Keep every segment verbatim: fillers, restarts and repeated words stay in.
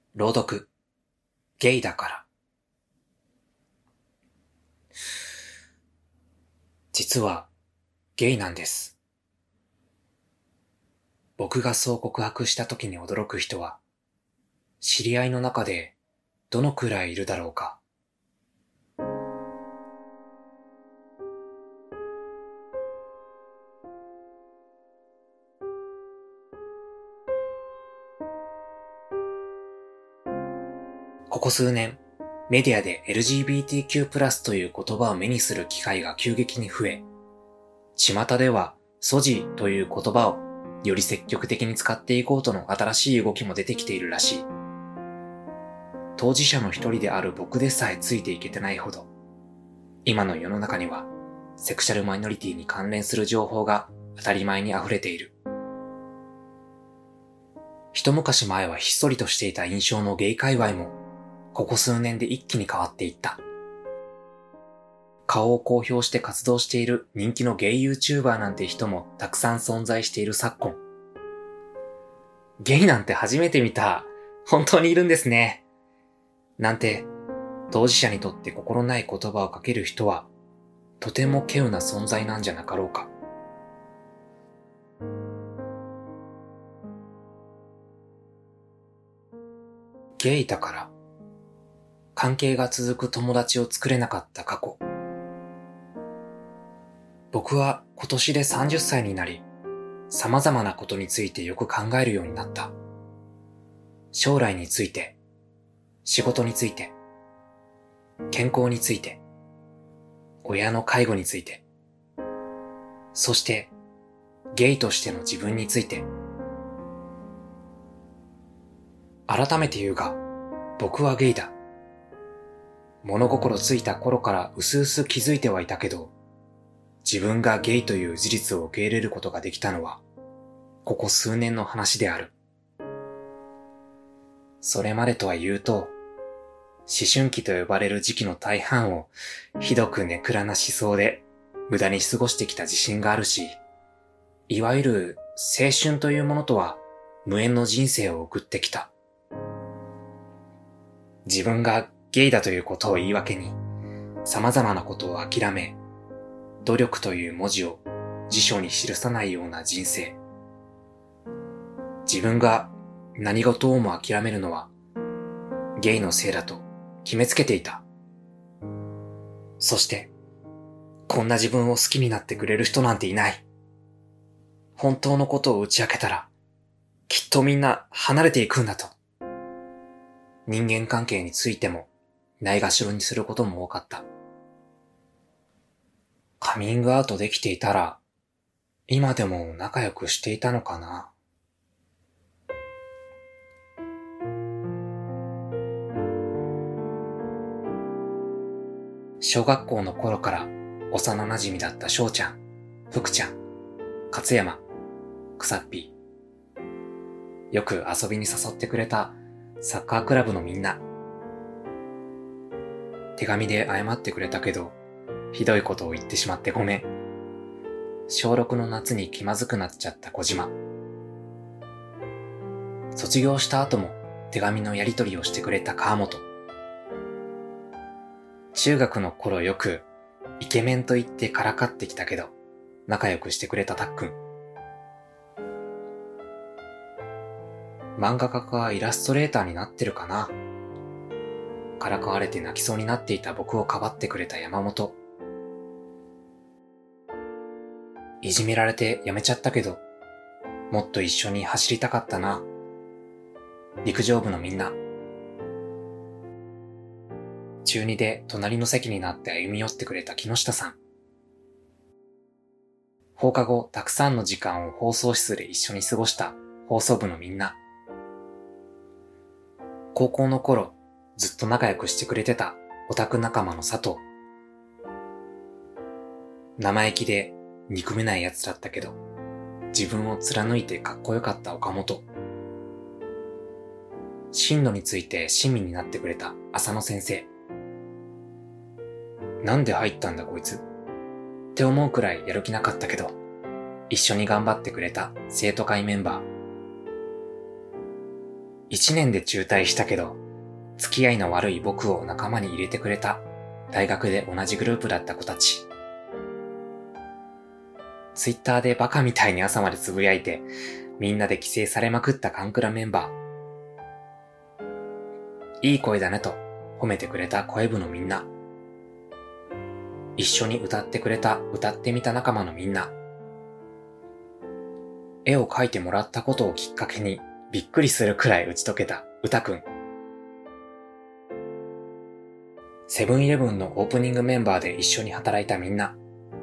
朗読、ゲイだから。実は、ゲイなんです。僕がそう告白した時に驚く人は、知り合いの中でどのくらいいるだろうか。ここ数年、メディアで エルジービーティーキュープラス という言葉を目にする機会が急激に増え、巷ではソジという言葉をより積極的に使っていこうとの新しい動きも出てきているらしい。当事者の一人である僕でさえついていけてないほど、今の世の中にはセクシャルマイノリティに関連する情報が当たり前に溢れている。一昔前はひっそりとしていた印象のゲイ界隈も、ここ数年で一気に変わっていった。顔を公表して活動している人気のゲイ YouTuber なんて人もたくさん存在している昨今。ゲイなんて初めて見た。本当にいるんですね。なんて、当事者にとって心ない言葉をかける人は、とても稀有な存在なんじゃなかろうか。ゲイだから、関係が続く友達を作れなかった過去。僕は今年でさんじゅっさいになり、様々なことについてよく考えるようになった。将来について、仕事について、健康について、親の介護について、そしてゲイとしての自分について。改めて言うが、僕はゲイだ。物心ついた頃からうすうす気づいてはいたけど、自分がゲイという事実を受け入れることができたのは、ここ数年の話である。それまでとは言うと、思春期と呼ばれる時期の大半をひどくネクラな思想で無駄に過ごしてきた自信があるし、いわゆる青春というものとは無縁の人生を送ってきた。自分がゲイだということを言い訳に、様々なことを諦め、努力という文字を辞書に記さないような人生。自分が何事をも諦めるのは、ゲイのせいだと決めつけていた。そして、こんな自分を好きになってくれる人なんていない。本当のことを打ち明けたら、きっとみんな離れていくんだと。人間関係についても、ないがしろにすることも多かった。カミングアウトできていたら、今でも仲良くしていたのかな。小学校の頃から幼馴染だった翔ちゃん、福ちゃん、勝山、くさっぴー。よく遊びに誘ってくれたサッカークラブのみんな。手紙で謝ってくれたけど、ひどいことを言ってしまってごめん。小ろくの夏に気まずくなっちゃった小島。卒業した後も手紙のやり取りをしてくれた川本。中学の頃よくイケメンと言ってからかってきたけど、仲良くしてくれたたっくん。漫画家かイラストレーターになってるかな。からかわれて泣きそうになっていた僕をかばってくれた山本。いじめられてやめちゃったけど、もっと一緒に走りたかったな。陸上部のみんな。中にで隣の席になって歩み寄ってくれた木下さん。放課後たくさんの時間を放送室で一緒に過ごした放送部のみんな。高校の頃ずっと仲良くしてくれてたオタク仲間の佐藤。生意気で憎めない奴だったけど、自分を貫いてかっこよかった岡本。進路について親身になってくれた浅野先生。なんで入ったんだこいつって思うくらいやる気なかったけど、一緒に頑張ってくれた生徒会メンバー。 一年で中退したけど、付き合いの悪い僕を仲間に入れてくれた大学で同じグループだった子たち。ツイッターでバカみたいに朝までつぶやいて、みんなで規制されまくったカンクラメンバー。いい声だねと褒めてくれた声部のみんな。一緒に歌ってくれた歌ってみた仲間のみんな。絵を描いてもらったことをきっかけにびっくりするくらい打ち解けた歌くん。セブンイレブンのオープニングメンバーで一緒に働いたみんな。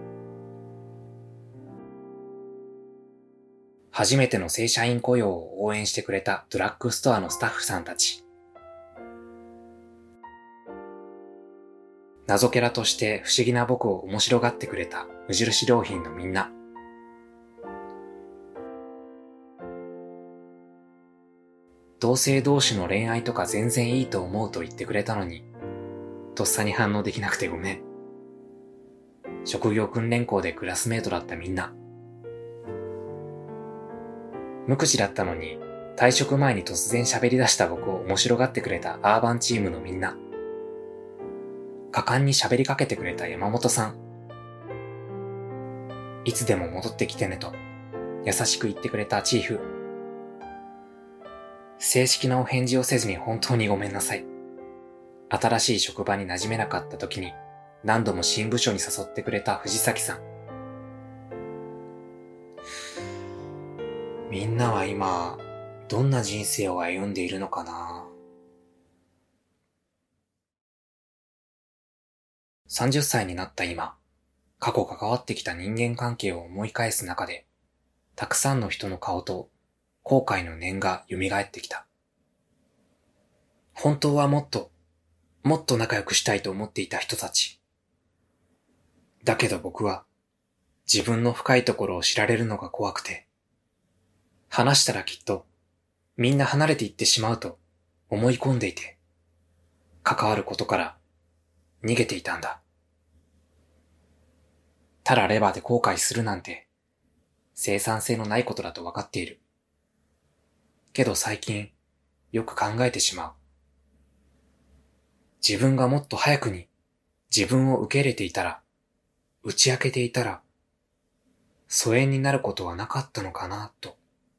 初めての正社員雇用を応援してくれたドラッグストアのスタッフさんたち。謎キャラとして不思議な僕を面白がってくれた無印良品のみんな。同性同士の恋愛とか全然いいと思うと言ってくれたのに、とっさに反応できなくてごめん。職業訓練校でクラスメートだったみんな。無口だったのに退職前に突然喋り出した僕を面白がってくれたアーバンチームのみんな。果敢に喋りかけてくれた山本さん。いつでも戻ってきてねと優しく言ってくれたチーフ。正式なお返事をせずに本当にごめんなさい。新しい職場に馴染めなかった時に何度も新部署に誘ってくれた藤崎さん。みんなは今どんな人生を歩んでいるのかな。さんじゅっさいになった今、過去関わってきた人間関係を思い返す中で、たくさんの人の顔と後悔の念が蘇ってきた。本当はもっと、もっと仲良くしたいと思っていた人たち。だけど僕は自分の深いところを知られるのが怖くて、話したらきっとみんな離れていってしまうと思い込んでいて、関わることから逃げていたんだ。たらレバーで後悔するなんて生産性のないことだと分かっている。けど最近よく考えてしまう。自分がもっと早くに自分を受け入れていたら、打ち明けていたら、疎遠になることはなかったのかなと。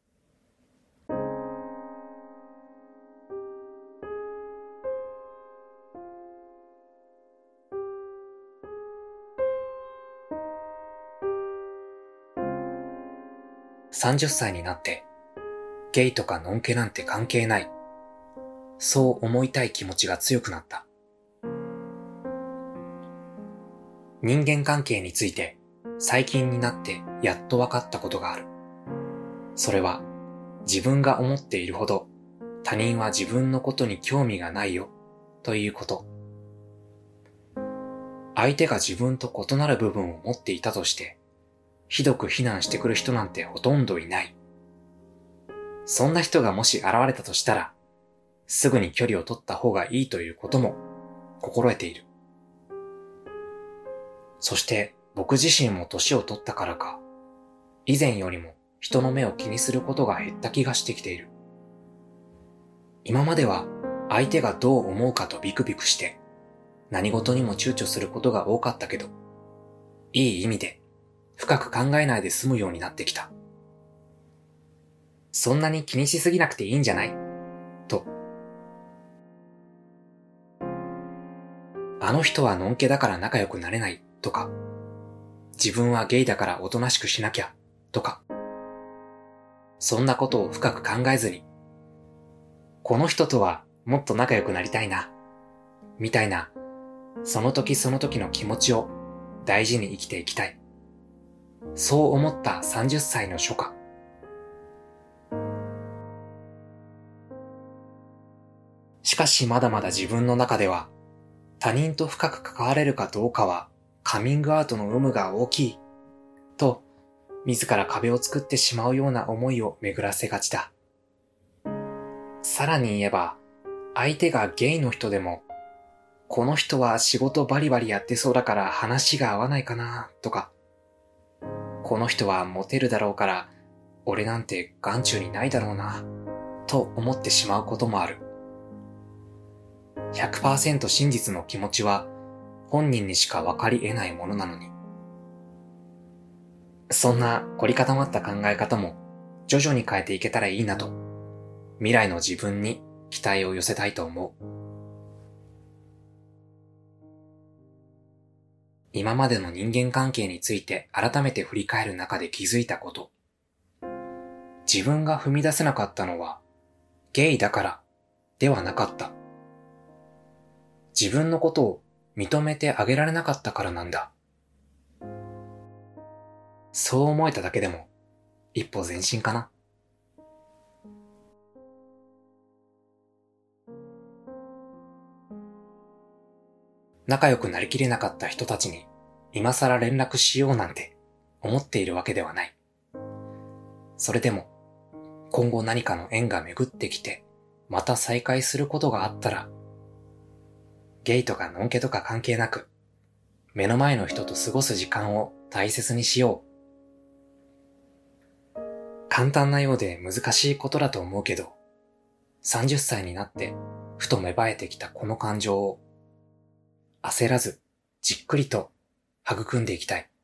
さんじゅっさいになって、ゲイとかノンケなんて関係ない。そう思いたい気持ちが強くなった。人間関係について最近になってやっと分かったことがある。それは自分が思っているほど他人は自分のことに興味がないよということ。相手が自分と異なる部分を持っていたとしてひどく非難してくる人なんてほとんどいない。そんな人がもし現れたとしたら、すぐに距離を取った方がいいということも心得ている。そして僕自身も年を取ったからか、以前よりも人の目を気にすることが減った気がしてきている。今までは相手がどう思うかとビクビクして、何事にも躊躇することが多かったけど、いい意味で深く考えないで済むようになってきた。そんなに気にしすぎなくていいんじゃないと。あの人はのんけだから仲良くなれないとか、自分はゲイだからおとなしくしなきゃとか、そんなことを深く考えずに、この人とはもっと仲良くなりたいな、みたいな、その時その時の気持ちを大事に生きていきたい。そう思ったさんじゅっさいの初夏。しかしまだまだ自分の中では、他人と深く関われるかどうかはカミングアウトの有無が大きい、と自ら壁を作ってしまうような思いを巡らせがちだ。さらに言えば、相手がゲイの人でも、この人は仕事バリバリやってそうだから話が合わないかなとか、この人はモテるだろうから俺なんて眼中にないだろうなと思ってしまうこともある。ひゃくパーセント 真実の気持ちは本人にしか分かり得ないものなのに。そんな凝り固まった考え方も徐々に変えていけたらいいなと、未来の自分に期待を寄せたいと思う。今までの人間関係について改めて振り返る中で気づいたこと。自分が踏み出せなかったのはゲイだからではなかった。自分のことを認めてあげられなかったからなんだ。そう思えただけでも一歩前進かな。仲良くなりきれなかった人たちに今更連絡しようなんて思っているわけではない。それでも今後何かの縁が巡ってきてまた再会することがあったら、ゲイとかノンケとか関係なく目の前の人と過ごす時間を大切にしよう。簡単なようで難しいことだと思うけど、さんじゅっさいになってふと芽生えてきたこの感情を焦らずじっくりと育んでいきたい。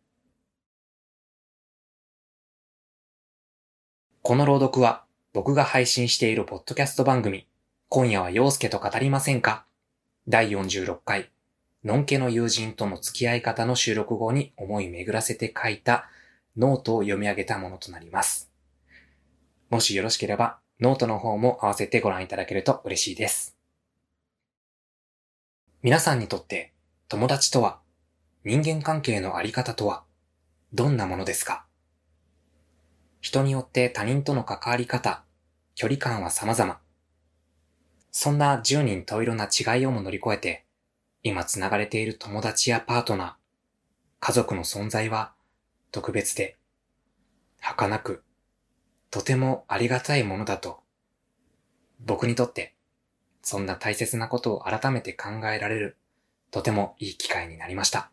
この朗読は僕が配信しているポッドキャスト番組、今夜は陽介と語りませんかだいよんじゅうろっかい、のんけの友人との付き合い方の収録後に思い巡らせて書いたノートを読み上げたものとなります。もしよろしければノートの方も合わせてご覧いただけると嬉しいです。皆さんにとって友達とは、人間関係のあり方とはどんなものですか？人によって他人との関わり方、距離感は様々。そんな十人十色な違いをも乗り越えて、今つながれている友達やパートナー、家族の存在は特別で、儚く、とてもありがたいものだと、僕にとってそんな大切なことを改めて考えられる、とてもいい機会になりました。